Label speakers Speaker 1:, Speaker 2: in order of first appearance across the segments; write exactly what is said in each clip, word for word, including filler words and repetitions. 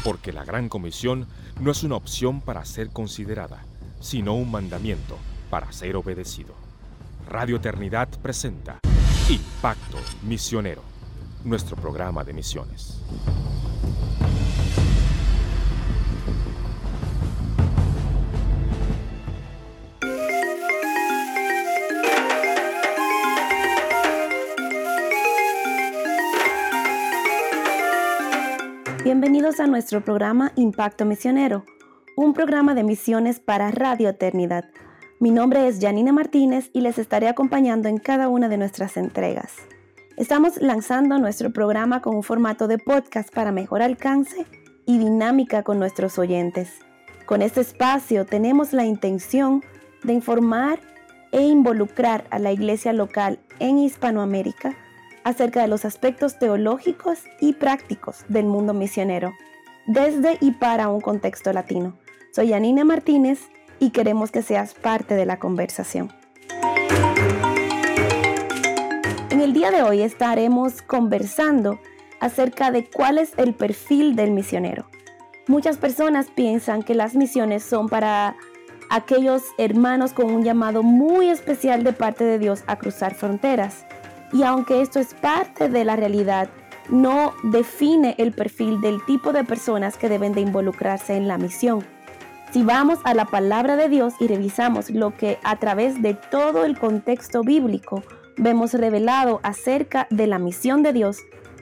Speaker 1: porque la Gran Comisión no es una opción para ser considerada, sino un mandamiento para ser obedecido. Radio Eternidad presenta Impacto Misionero, nuestro programa de misiones.
Speaker 2: Bienvenidos a nuestro programa Impacto Misionero, un programa de misiones para Radio Eternidad. Mi nombre es Janine Martínez y les estaré acompañando en cada una de nuestras entregas. Estamos lanzando nuestro programa con un formato de podcast para mejor alcance y dinámica con nuestros oyentes. Con este espacio tenemos la intención de informar e involucrar a la iglesia local en Hispanoamérica acerca de los aspectos teológicos y prácticos del mundo misionero, desde y para un contexto latino. Soy Janine Martínez y queremos que seas parte de la conversación. En el día de hoy estaremos conversando acerca de cuál es el perfil del misionero. Muchas personas piensan que las misiones son para aquellos hermanos con un llamado muy especial de parte de Dios a cruzar fronteras. Y aunque esto es parte de la realidad, no define el perfil del tipo de personas que deben de involucrarse en la misión. Si vamos a la palabra de Dios y revisamos lo que a través de todo el contexto bíblico vemos revelado acerca de la misión de Dios,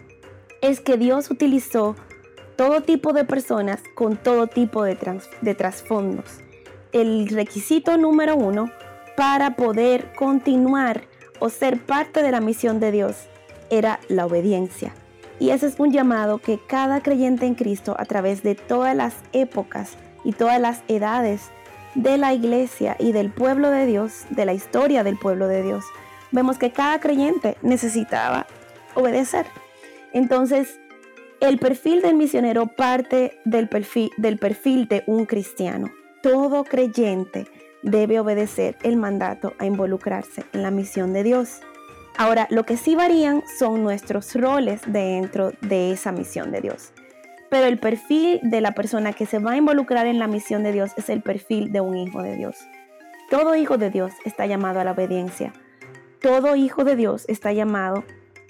Speaker 2: es que Dios utilizó todo tipo de personas con todo tipo de, trans, de trasfondos. El requisito número uno para poder continuar o ser parte de la misión de Dios era la obediencia. Y ese es un llamado que cada creyente en Cristo a través de todas las épocas y todas las edades de la iglesia y del pueblo de Dios, de la historia del pueblo de Dios, vemos que cada creyente necesitaba obedecer. Entonces, el perfil del misionero parte del perfil, del perfil de un cristiano. Todo creyente debe obedecer el mandato a involucrarse en la misión de Dios. Ahora, lo que sí varían son nuestros roles dentro de esa misión de Dios. Pero el perfil de la persona que se va a involucrar en la misión de Dios es el perfil de un hijo de Dios. Todo hijo de Dios está llamado a la obediencia. Todo hijo de Dios está llamado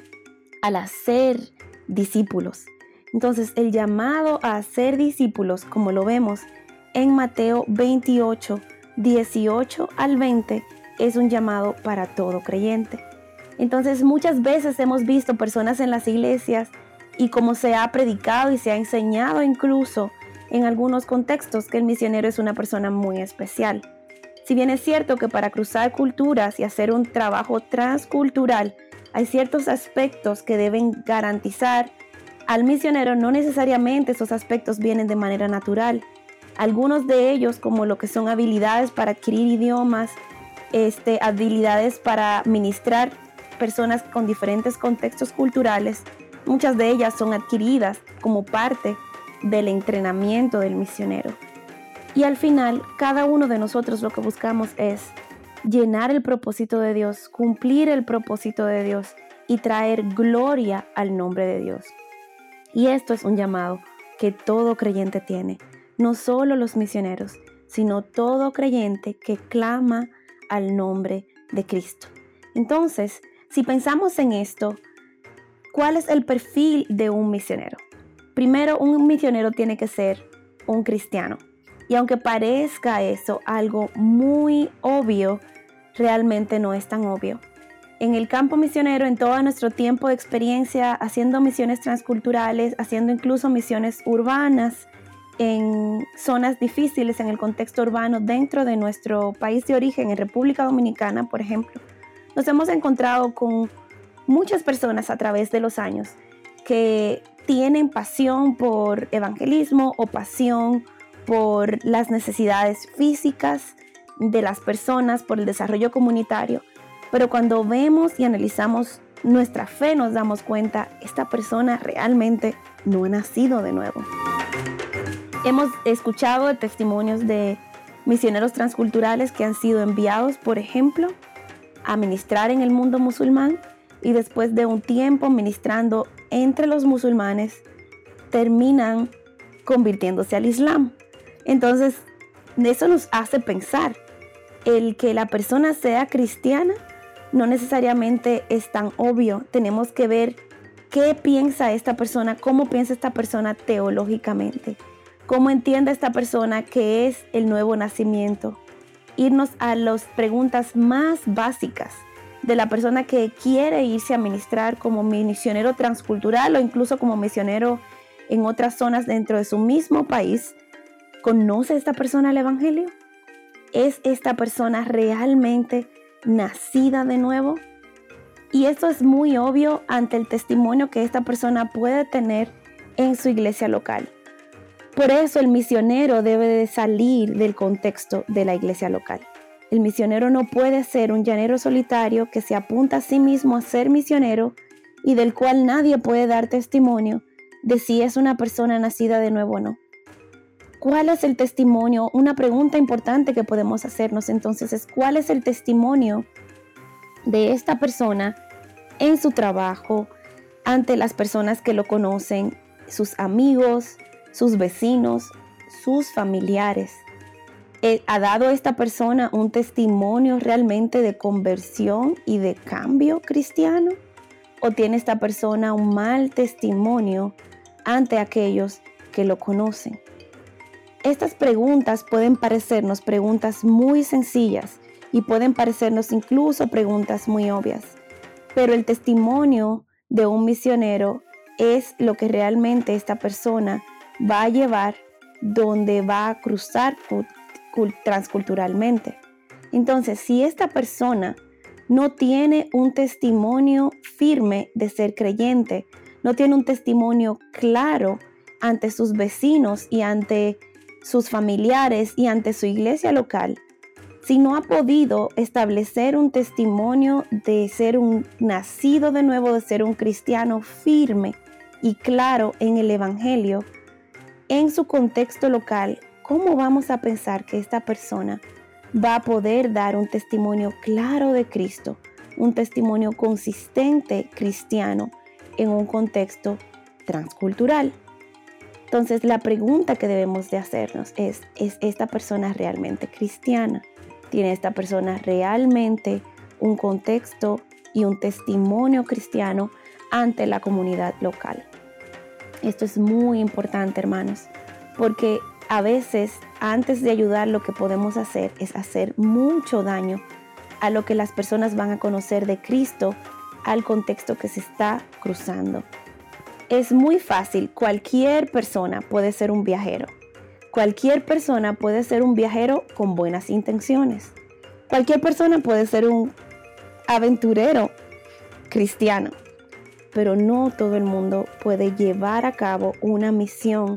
Speaker 2: a ser discípulos. Entonces, el llamado a ser discípulos, como lo vemos en Mateo veintiocho, dieciocho al veinte, es un llamado para todo creyente. Entonces muchas veces hemos visto personas en las iglesias y como se ha predicado y se ha enseñado incluso en algunos contextos que el misionero es una persona muy especial. Si bien es cierto que para cruzar culturas y hacer un trabajo transcultural hay ciertos aspectos que deben garantizar al misionero, no necesariamente esos aspectos vienen de manera natural. Algunos de ellos, como lo que son habilidades para adquirir idiomas, este, habilidades para ministrar personas con diferentes contextos culturales, muchas de ellas son adquiridas como parte del entrenamiento del misionero. Y al final, cada uno de nosotros lo que buscamos es llenar el propósito de Dios, cumplir el propósito de Dios y traer gloria al nombre de Dios. Y esto es un llamado que todo creyente tiene. No solo los misioneros, sino todo creyente que clama al nombre de Cristo. Entonces, si pensamos en esto, ¿cuál es el perfil de un misionero? Primero, un misionero tiene que ser un cristiano. Y aunque parezca eso algo muy obvio, realmente no es tan obvio. En el campo misionero, en todo nuestro tiempo de experiencia, haciendo misiones transculturales, haciendo incluso misiones urbanas, en zonas difíciles en el contexto urbano dentro de nuestro país de origen, en República Dominicana, por ejemplo, nos hemos encontrado con muchas personas a través de los años que tienen pasión por evangelismo o pasión por las necesidades físicas de las personas, por el desarrollo comunitario, pero cuando vemos y analizamos nuestra fe nos damos cuenta, esta persona realmente no ha nacido de nuevo. Hemos escuchado de testimonios de misioneros transculturales que han sido enviados, por ejemplo, a ministrar en el mundo musulmán y después de un tiempo ministrando entre los musulmanes, terminan convirtiéndose al Islam. Entonces, eso nos hace pensar, el que la persona sea cristiana no necesariamente es tan obvio. Tenemos que ver qué piensa esta persona, cómo piensa esta persona teológicamente, cómo entiende esta persona qué es el nuevo nacimiento. Irnos a las preguntas más básicas de la persona que quiere irse a ministrar como misionero transcultural o incluso como misionero en otras zonas dentro de su mismo país. ¿Conoce esta persona el evangelio? ¿Es esta persona realmente nacida de nuevo? Y esto es muy obvio ante el testimonio que esta persona puede tener en su iglesia local. Por eso el misionero debe de salir del contexto de la iglesia local. El misionero no puede ser un llanero solitario que se apunta a sí mismo a ser misionero y del cual nadie puede dar testimonio de si es una persona nacida de nuevo o no. ¿Cuál es el testimonio? Una pregunta importante que podemos hacernos entonces es ¿cuál es el testimonio de esta persona en su trabajo, ante las personas que lo conocen, sus amigos, sus vecinos, sus familiares? ¿Ha dado esta persona un testimonio realmente de conversión y de cambio cristiano? ¿O tiene esta persona un mal testimonio ante aquellos que lo conocen? Estas preguntas pueden parecernos preguntas muy sencillas y pueden parecernos incluso preguntas muy obvias, pero el testimonio de un misionero es lo que realmente esta persona va a llevar donde va a cruzar transculturalmente. Entonces, si esta persona no tiene un testimonio firme de ser creyente, no tiene un testimonio claro ante sus vecinos y ante sus familiares y ante su iglesia local, si no ha podido establecer un testimonio de ser un nacido de nuevo, de ser un cristiano firme y claro en el evangelio, en su contexto local, ¿cómo vamos a pensar que esta persona va a poder dar un testimonio claro de Cristo, un testimonio consistente cristiano en un contexto transcultural? Entonces, la pregunta que debemos de hacernos es, ¿es esta persona realmente cristiana? ¿Tiene esta persona realmente un contexto y un testimonio cristiano ante la comunidad local? Esto es muy importante, hermanos, porque a veces, antes de ayudar, lo que podemos hacer es hacer mucho daño a lo que las personas van a conocer de Cristo, al contexto que se está cruzando. Es muy fácil, cualquier persona puede ser un viajero. Cualquier persona puede ser un viajero con buenas intenciones. Cualquier persona puede ser un aventurero cristiano. Pero no todo el mundo puede llevar a cabo una misión.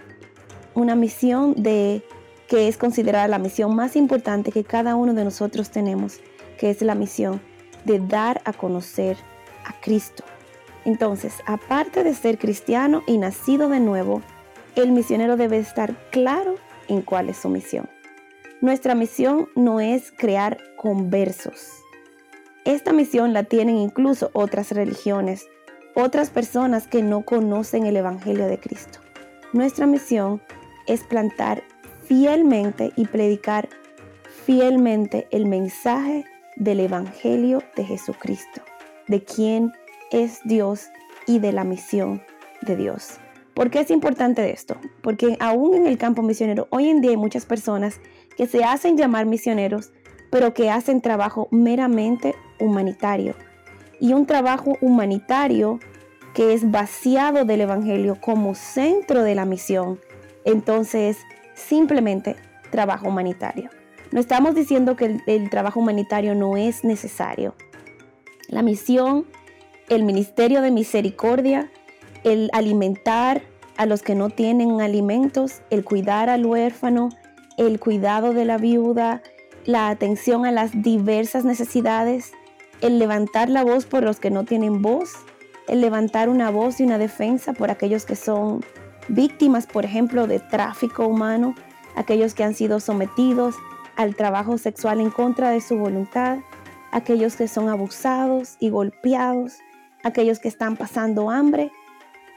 Speaker 2: Una misión de, que es considerada la misión más importante que cada uno de nosotros tenemos, que es la misión de dar a conocer a Cristo. Entonces, aparte de ser cristiano y nacido de nuevo, el misionero debe estar claro en cuál es su misión. Nuestra misión no es crear conversos. Esta misión la tienen incluso otras religiones, otras personas que no conocen el Evangelio de Cristo. Nuestra misión es plantar fielmente y predicar fielmente el mensaje del Evangelio de Jesucristo, de quién es Dios y de la misión de Dios. ¿Por qué es importante esto? Porque aún en el campo misionero, hoy en día hay muchas personas que se hacen llamar misioneros, pero que hacen trabajo meramente humanitario. Y un trabajo humanitario que es vaciado del Evangelio como centro de la misión, entonces simplemente trabajo humanitario. No estamos diciendo que el, el trabajo humanitario no es necesario. La misión, el ministerio de misericordia, el alimentar a los que no tienen alimentos, el cuidar al huérfano, el cuidado de la viuda, la atención a las diversas necesidades, el levantar la voz por los que no tienen voz, el levantar una voz y una defensa por aquellos que son víctimas, por ejemplo, de tráfico humano, aquellos que han sido sometidos al trabajo sexual en contra de su voluntad, aquellos que son abusados y golpeados, aquellos que están pasando hambre.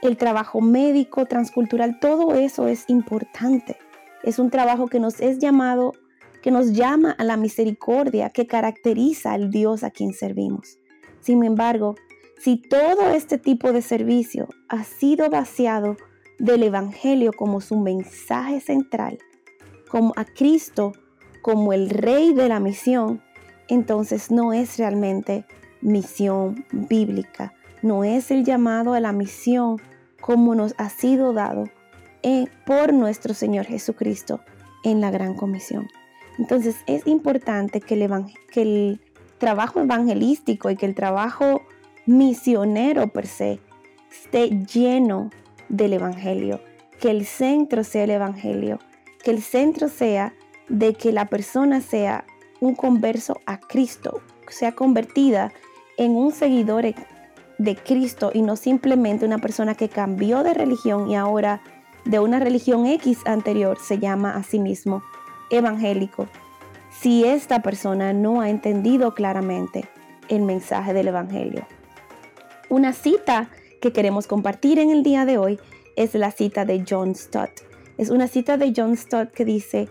Speaker 2: el trabajo médico, transcultural, todo eso es importante. Es un trabajo que nos es llamado, que nos llama a la misericordia que caracteriza al Dios a quien servimos. Sin embargo, si todo este tipo de servicio ha sido vaciado del Evangelio como su mensaje central, como a Cristo como el Rey de la misión, entonces no es realmente misión bíblica, no es el llamado a la misión como nos ha sido dado en, por nuestro Señor Jesucristo en la Gran Comisión. Entonces es importante que el, evang- que el trabajo evangelístico y que el trabajo misionero per se esté lleno del Evangelio, que el centro sea el Evangelio, que el centro sea de que la persona sea un converso a Cristo, sea convertida en un seguidor de Cristo y no simplemente una persona que cambió de religión y ahora de una religión X anterior se llama a sí mismo evangélico, si esta persona no ha entendido claramente el mensaje del Evangelio. Una cita que queremos compartir en el día de hoy es la cita de John Stott. Es una cita de John Stott que dice: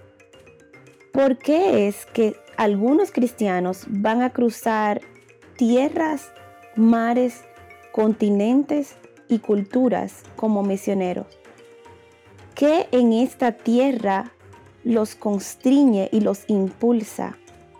Speaker 2: ¿por qué es que algunos cristianos van a cruzar tierras, mares, continentes y culturas como misioneros? ¿Qué en esta tierra los constriñe y los impulsa?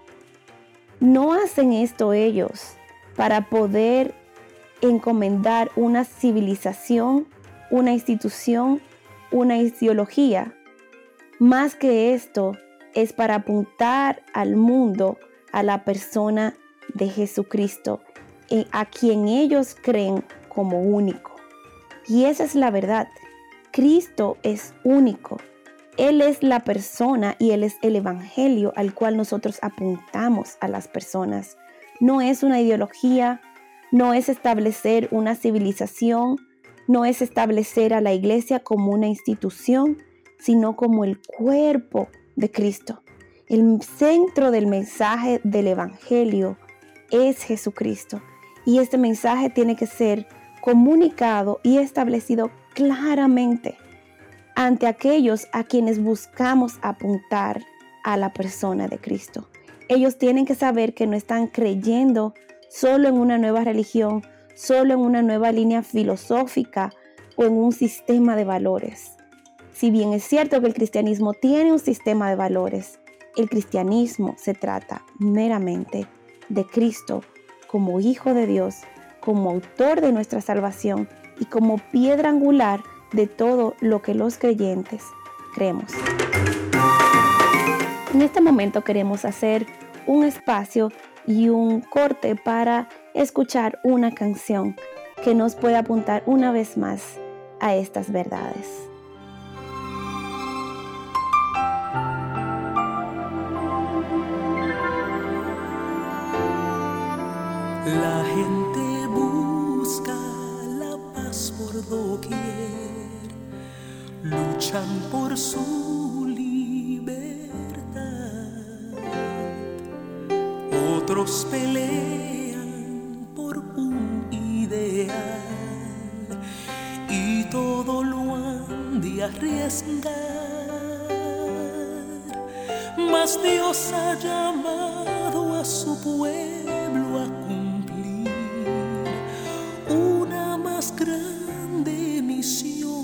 Speaker 2: No hacen esto ellos para poder encomendar una civilización, una institución, una ideología. Más que esto, es para apuntar al mundo a la persona de Jesucristo, a quien ellos creen como único. Y esa es la verdad. Cristo es único. Él es la persona y Él es el evangelio al cual nosotros apuntamos a las personas. No es una ideología, no es establecer una civilización, no es establecer a la iglesia como una institución, sino como el cuerpo de Cristo. El centro del mensaje del evangelio es Jesucristo. Y este mensaje tiene que ser comunicado y establecido claramente ante aquellos a quienes buscamos apuntar a la persona de Cristo. Ellos tienen que saber que no están creyendo solo en una nueva religión, solo en una nueva línea filosófica o en un sistema de valores. Si bien es cierto que el cristianismo tiene un sistema de valores, el cristianismo se trata meramente de Cristo como Hijo de Dios, como autor de nuestra salvación y como piedra angular de todo lo que los creyentes creemos. En este momento queremos hacer un espacio y un corte para escuchar una canción que nos puede apuntar una vez más a estas verdades.
Speaker 3: La gente busca la paz por doquier, luchan por su libertad. Otros pelean por un ideal y todo lo han de arriesgar. Mas Dios ha llamado a su pueblo a cumplir una más grande misión.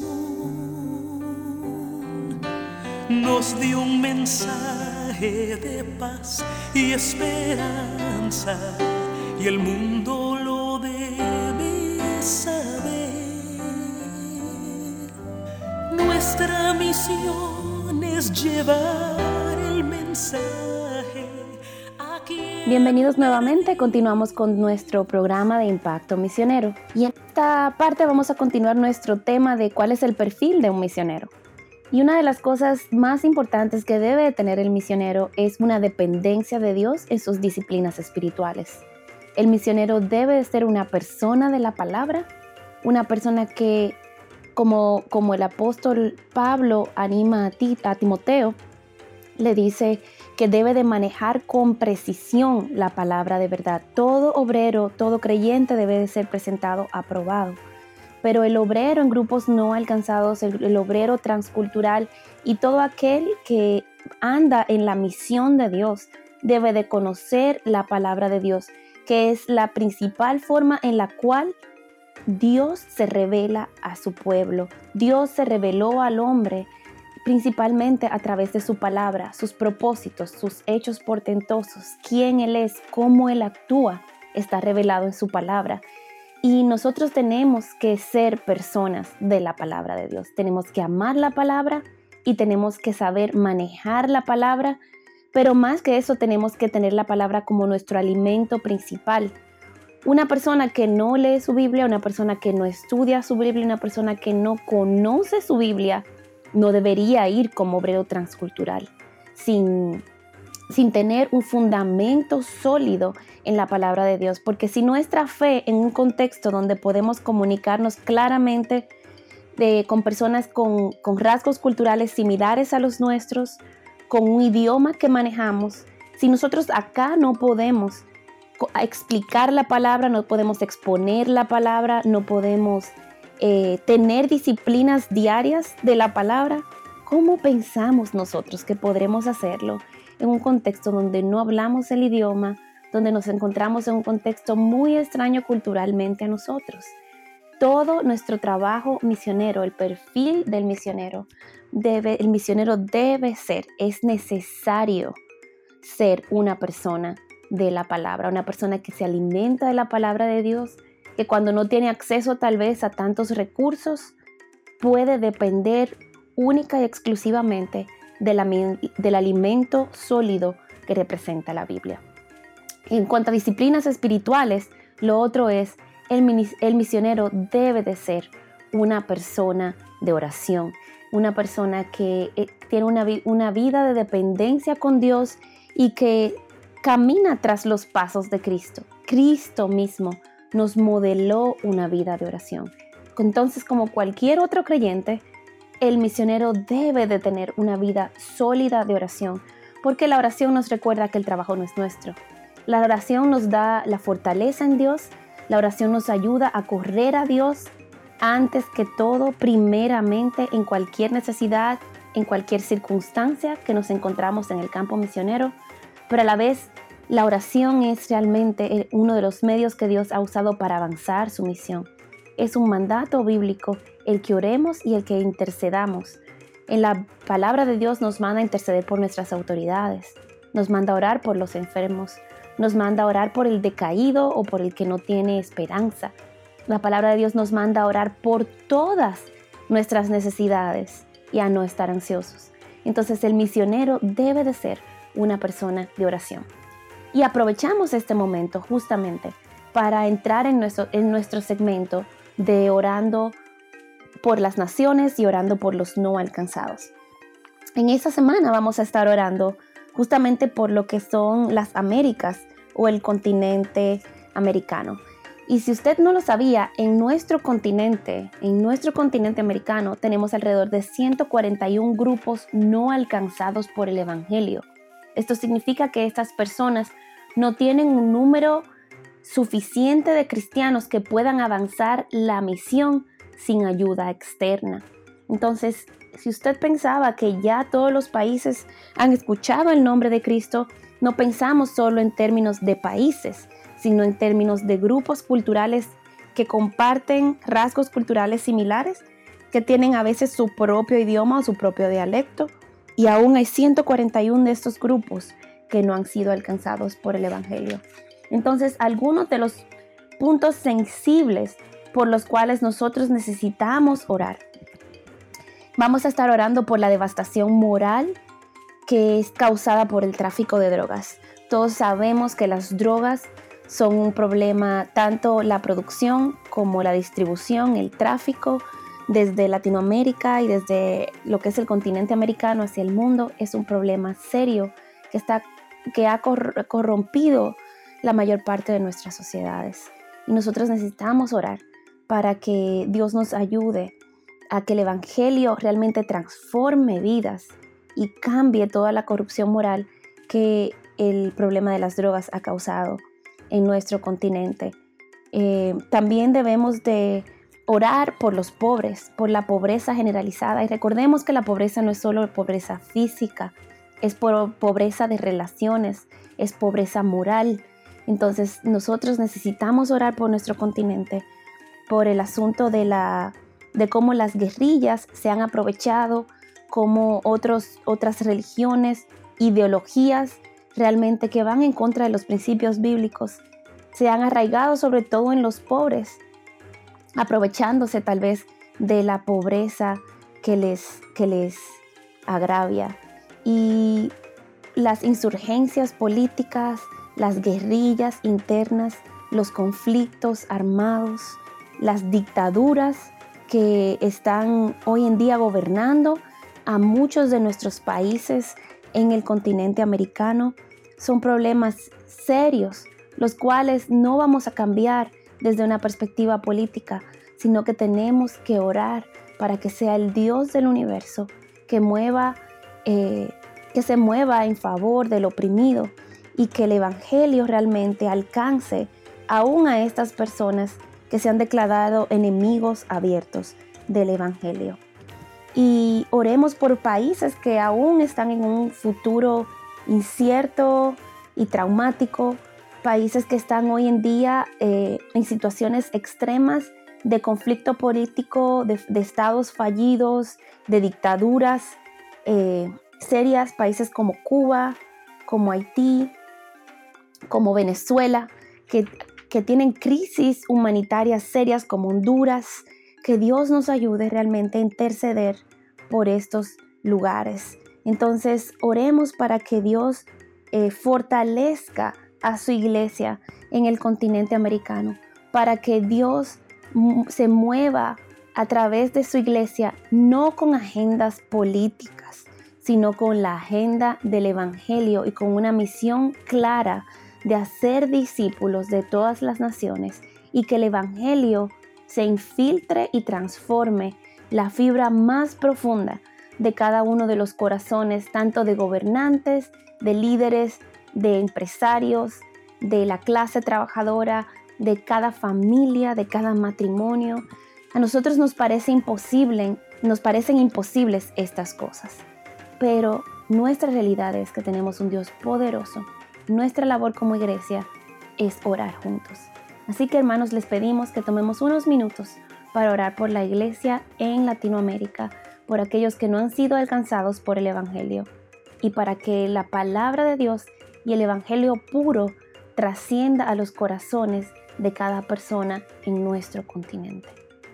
Speaker 3: Nos dio un mensaje de paz y esperanza, y el mundo lo debe saber. Nuestra misión es llevar el mensaje a quien...
Speaker 2: Bienvenidos nuevamente, continuamos con nuestro programa de Impacto Misionero. Y en esta parte vamos a continuar nuestro tema de cuál es el perfil de un misionero. Y una de las cosas más importantes que debe tener el misionero es una dependencia de Dios en sus disciplinas espirituales. El misionero debe de ser una persona de la palabra, una persona que, como, como el apóstol Pablo anima a, ti, a Timoteo, le dice que debe de manejar con precisión la palabra de verdad. Todo obrero, todo creyente debe de ser presentado aprobado. pero el obrero en grupos no alcanzados, el, el obrero transcultural y todo aquel que anda en la misión de Dios debe de conocer la palabra de Dios, que es la principal forma en la cual Dios se revela a su pueblo. Dios se reveló al hombre principalmente a través de su palabra, sus propósitos, sus hechos portentosos, quién Él es, cómo Él actúa, está revelado en su palabra. Y nosotros tenemos que ser personas de la palabra de Dios. Tenemos que amar la palabra y tenemos que saber manejar la palabra, pero más que eso tenemos que tener la palabra como nuestro alimento principal. Una persona que no lee su Biblia, una persona que no estudia su Biblia, una persona que no conoce su Biblia, no debería ir como obrero transcultural sin, sin tener un fundamento sólido en la palabra de Dios. Porque si nuestra fe en un contexto donde podemos comunicarnos claramente de, con personas con, con rasgos culturales similares a los nuestros, con un idioma que manejamos, si nosotros acá no podemos explicar la palabra, no podemos exponer la palabra, no podemos eh, tener disciplinas diarias de la palabra, ¿cómo pensamos nosotros que podremos hacerlo en un contexto donde no hablamos el idioma, donde nos encontramos en un contexto muy extraño culturalmente a nosotros? Todo nuestro trabajo misionero, el perfil del misionero, debe, el misionero debe ser, es necesario ser una persona de la palabra, una persona que se alimenta de la palabra de Dios, que cuando no tiene acceso tal vez a tantos recursos, puede depender única y exclusivamente de la, del alimento sólido que representa la Biblia. En cuanto a disciplinas espirituales, lo otro es, el, el misionero debe de ser una persona de oración, una persona que eh, tiene una, una vida de dependencia con Dios y que camina tras los pasos de Cristo. Cristo mismo nos modeló una vida de oración. Entonces, como cualquier otro creyente, el misionero debe de tener una vida sólida de oración, porque la oración nos recuerda que el trabajo no es nuestro. La oración nos da la fortaleza en Dios, la oración nos ayuda a correr a Dios antes que todo, primeramente en cualquier necesidad, en cualquier circunstancia que nos encontramos en el campo misionero, pero a la vez la oración es realmente uno de los medios que Dios ha usado para avanzar su misión. Es un mandato bíblico el que oremos y el que intercedamos. En la palabra de Dios nos manda a interceder por nuestras autoridades, nos manda a orar por los enfermos, nos manda a orar por el decaído o por el que no tiene esperanza. La palabra de Dios nos manda a orar por todas nuestras necesidades y a no estar ansiosos. Entonces el misionero debe de ser una persona de oración. Y aprovechamos este momento justamente para entrar en nuestro, en nuestro segmento de orando por las naciones y orando por los no alcanzados. En esta semana vamos a estar orando justamente por lo que son las Américas o el continente americano. Y si usted no lo sabía, en nuestro continente, en nuestro continente americano tenemos alrededor de ciento cuarenta y uno grupos no alcanzados por el Evangelio. Esto significa que estas personas no tienen un número suficiente de cristianos que puedan avanzar la misión sin ayuda externa. Entonces, si usted pensaba que ya todos los países han escuchado el nombre de Cristo, no pensamos solo en términos de países, sino en términos de grupos culturales que comparten rasgos culturales similares, que tienen a veces su propio idioma o su propio dialecto, y aún hay ciento cuarenta y uno de estos grupos que no han sido alcanzados por el Evangelio. Entonces, algunos de los puntos sensibles por los cuales nosotros necesitamos orar. Vamos a estar orando por la devastación moral que es causada por el tráfico de drogas. Todos sabemos que las drogas son un problema, tanto la producción como la distribución, el tráfico, desde Latinoamérica y desde lo que es el continente americano hacia el mundo, es un problema serio que, está, que ha cor- corrompido la mayor parte de nuestras sociedades. Y nosotros necesitamos orar para que Dios nos ayude a que el Evangelio realmente transforme vidas y cambie toda la corrupción moral que el problema de las drogas ha causado en nuestro continente. Eh, también debemos de orar por los pobres, por la pobreza generalizada. Y recordemos que la pobreza no es solo pobreza física, es por pobreza de relaciones, es pobreza moral. Entonces nosotros necesitamos orar por nuestro continente, por el asunto de, la, de cómo las guerrillas se han aprovechado, cómo otros, otras religiones, ideologías realmente que van en contra de los principios bíblicos se han arraigado sobre todo en los pobres, aprovechándose tal vez de la pobreza que les, que les agravia. Y las insurgencias políticas, las guerrillas internas, los conflictos armados, las dictaduras que están hoy en día gobernando a muchos de nuestros países en el continente americano, son problemas serios, los cuales no vamos a cambiar desde una perspectiva política, sino que tenemos que orar para que sea el Dios del universo que mueva, eh, que se mueva en favor del oprimido y que el evangelio realmente alcance aún a estas personas que se han declarado enemigos abiertos del evangelio. Y oremos por países que aún están en un futuro incierto y traumático, países que están hoy en día eh, en situaciones extremas de conflicto político, de, de estados fallidos, de dictaduras eh, serias, países como Cuba, como Haití, como Venezuela, que, que tienen crisis humanitarias serias como Honduras. Que Dios nos ayude realmente a interceder por estos lugares. Entonces, oremos para que Dios eh, fortalezca a su iglesia en el continente americano, para que Dios m- se mueva a través de su iglesia, no con agendas políticas, sino con la agenda del evangelio y con una misión clara de hacer discípulos de todas las naciones, y que el evangelio se infiltre y transforme la fibra más profunda de cada uno de los corazones, tanto de gobernantes, de líderes, de empresarios, de la clase trabajadora, de cada familia, de cada matrimonio. A nosotros nos parece imposible, nos parecen imposibles estas cosas, pero nuestra realidad es que tenemos un Dios poderoso. Nuestra labor como iglesia es orar juntos. Así que, hermanos, les pedimos que tomemos unos minutos para orar por la iglesia en Latinoamérica, por aquellos que no han sido alcanzados por el evangelio, y para que la palabra de Dios y el evangelio puro trascienda a los corazones de cada persona en nuestro continente.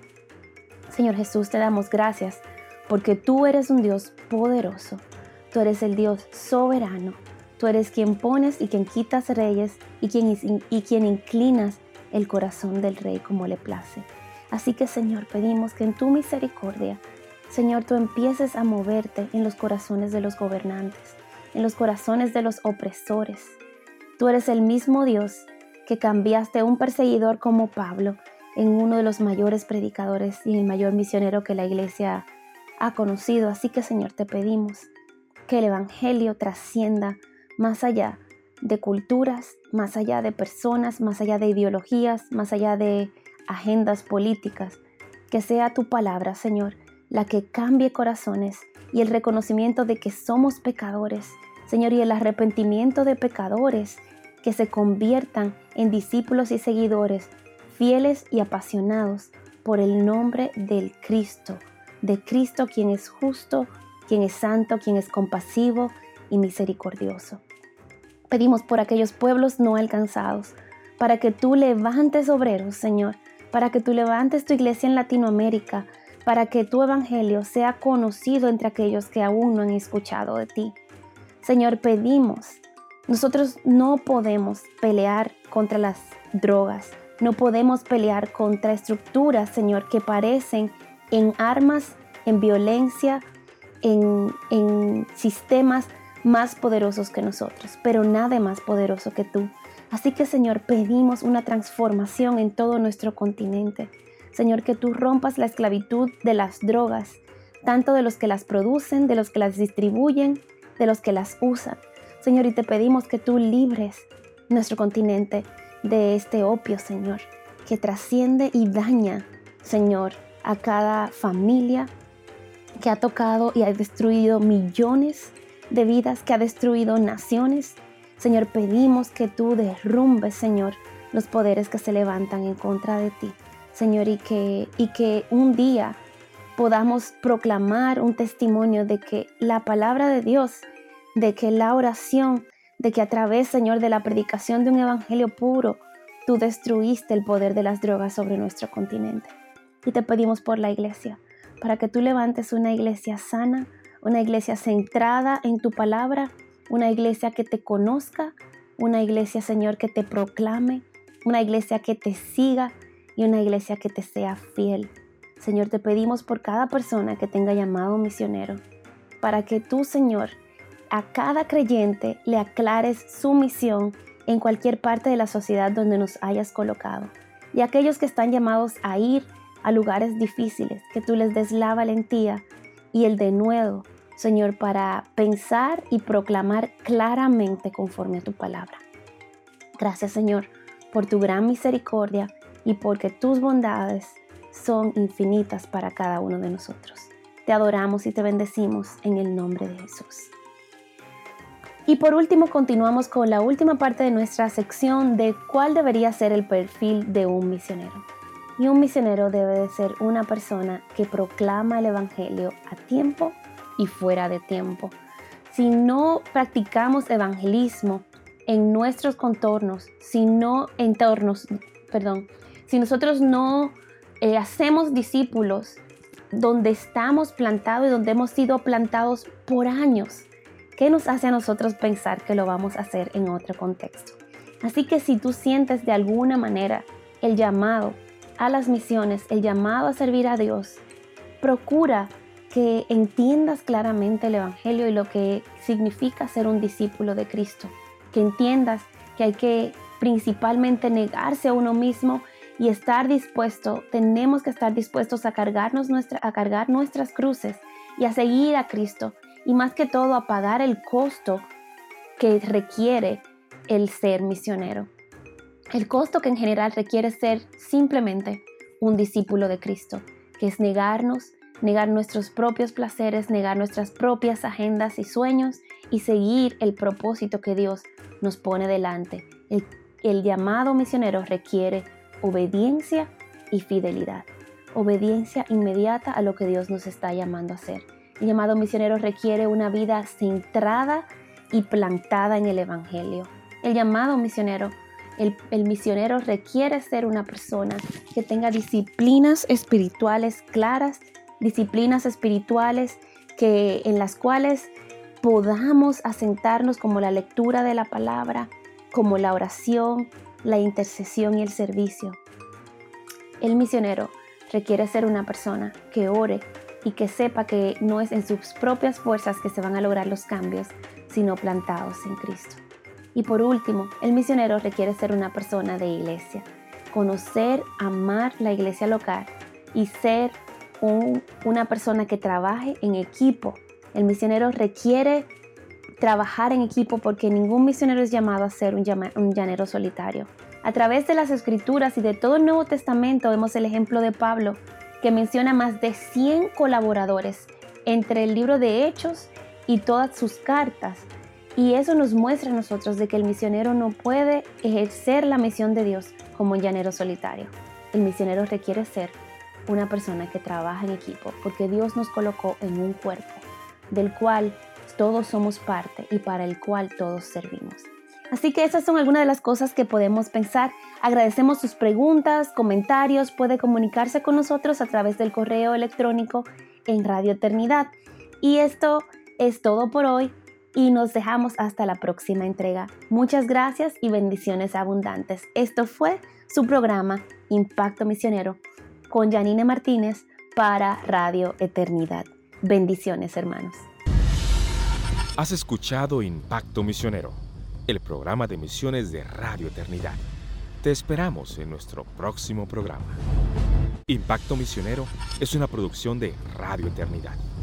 Speaker 2: Señor Jesús, te damos gracias porque tú eres un Dios poderoso. Tú eres el Dios soberano. Tú eres quien pones y quien quitas reyes y quien, y quien inclinas el corazón del rey como le place. Así que, Señor, pedimos que en tu misericordia, Señor, tú empieces a moverte en los corazones de los gobernantes, en los corazones de los opresores. Tú eres el mismo Dios que cambiaste a un perseguidor como Pablo en uno de los mayores predicadores y el mayor misionero que la iglesia ha conocido. Así que, Señor, te pedimos que el evangelio trascienda más allá de culturas, más allá de personas, más allá de ideologías, más allá de agendas políticas. Que sea tu palabra, Señor, la que cambie corazones y el reconocimiento de que somos pecadores, Señor, y el arrepentimiento de pecadores que se conviertan en discípulos y seguidores fieles y apasionados por el nombre del Cristo, de Cristo quien es justo, quien es santo, quien es compasivo y misericordioso. Pedimos por aquellos pueblos no alcanzados, para que tú levantes obreros, Señor, para que tú levantes tu iglesia en Latinoamérica, para que tu evangelio sea conocido entre aquellos que aún no han escuchado de ti. Señor, pedimos, nosotros no podemos pelear contra las drogas, no podemos pelear contra estructuras, Señor, que parecen en armas, en violencia, en, en sistemas más poderosos que nosotros, pero nada más poderoso que tú. Así que, Señor, pedimos una transformación en todo nuestro continente. Señor, que tú rompas la esclavitud de las drogas, tanto de los que las producen, de los que las distribuyen, de los que las usan. Señor, y te pedimos que tú libres nuestro continente de este opio, Señor, que trasciende y daña Señor, a cada familia que ha tocado y ha destruido millones de vidas, que ha destruido naciones. Señor, pedimos que tú derrumbes, Señor, los poderes que se levantan en contra de ti. Señor, y que, y que un día podamos proclamar un testimonio de que la palabra de Dios, de que la oración, de que a través, Señor, de la predicación de un evangelio puro, tú destruiste el poder de las drogas sobre nuestro continente. Y te pedimos por la iglesia, para que tú levantes una iglesia sana, una iglesia centrada en tu palabra, una iglesia que te conozca, una iglesia, Señor, que te proclame, una iglesia que te siga y una iglesia que te sea fiel. Señor, te pedimos por cada persona que tenga llamado misionero, para que tú, Señor, a cada creyente le aclares su misión en cualquier parte de la sociedad donde nos hayas colocado. Y aquellos que están llamados a ir a lugares difíciles, que tú les des la valentía y el denuedo, Señor, para pensar y proclamar claramente conforme a tu palabra. Gracias, Señor, por tu gran misericordia y porque tus bondades son infinitas para cada uno de nosotros. Te adoramos y te bendecimos en el nombre de Jesús. Y por último, continuamos con la última parte de nuestra sección de cuál debería ser el perfil de un misionero. Y un misionero debe de ser una persona que proclama el evangelio a tiempo y fuera de tiempo. Si no practicamos evangelismo en nuestros contornos, si no entornos, perdón, si nosotros no eh, hacemos discípulos donde estamos plantados y donde hemos sido plantados por años, ¿qué nos hace a nosotros pensar que lo vamos a hacer en otro contexto? Así que si tú sientes de alguna manera el llamado a las misiones, el llamado a servir a Dios, procura que entiendas claramente el evangelio y lo que significa ser un discípulo de Cristo, que entiendas que hay que principalmente negarse a uno mismo y estar dispuesto, tenemos que estar dispuestos a cargarnos nuestra, a cargar nuestras cruces y a seguir a Cristo, y más que todo a pagar el costo que requiere el ser misionero. El costo que en general requiere ser simplemente un discípulo de Cristo, que es negarnos, negar nuestros propios placeres, negar nuestras propias agendas y sueños y seguir el propósito que Dios nos pone delante. El, el llamado misionero requiere obediencia y fidelidad. Obediencia inmediata a lo que Dios nos está llamando a hacer. El llamado misionero requiere una vida centrada y plantada en el evangelio. El llamado misionero, el, el misionero requiere ser una persona que tenga disciplinas espirituales claras, disciplinas espirituales que, en las cuales podamos asentarnos, como la lectura de la palabra, como la oración, la intercesión y el servicio. El misionero requiere ser una persona que ore y que sepa que no es en sus propias fuerzas que se van a lograr los cambios, sino plantados en Cristo. Y por último, el misionero requiere ser una persona de iglesia, conocer, amar la iglesia local y ser un, una persona que trabaje en equipo. El misionero requiere trabajar en equipo porque ningún misionero es llamado a ser un, llama, un llanero solitario. A través de las Escrituras y de todo el Nuevo Testamento vemos el ejemplo de Pablo, que menciona más de cien colaboradores entre el libro de Hechos y todas sus cartas. Y eso nos muestra a nosotros de que el misionero no puede ejercer la misión de Dios como un llanero solitario. El misionero requiere ser una persona que trabaja en equipo, porque Dios nos colocó en un cuerpo, del cual todos somos parte y para el cual todos servimos. Así que esas son algunas de las cosas que podemos pensar. Agradecemos sus preguntas, comentarios. Puede comunicarse con nosotros a través del correo electrónico en Radio Eternidad. Y esto es todo por hoy y nos dejamos hasta la próxima entrega. Muchas gracias y bendiciones abundantes. Esto fue su programa Impacto Misionero con Janine Martínez para Radio Eternidad. Bendiciones, hermanos.
Speaker 1: Has escuchado Impacto Misionero, el programa de misiones de Radio Eternidad. Te esperamos en nuestro próximo programa. Impacto Misionero es una producción de Radio Eternidad.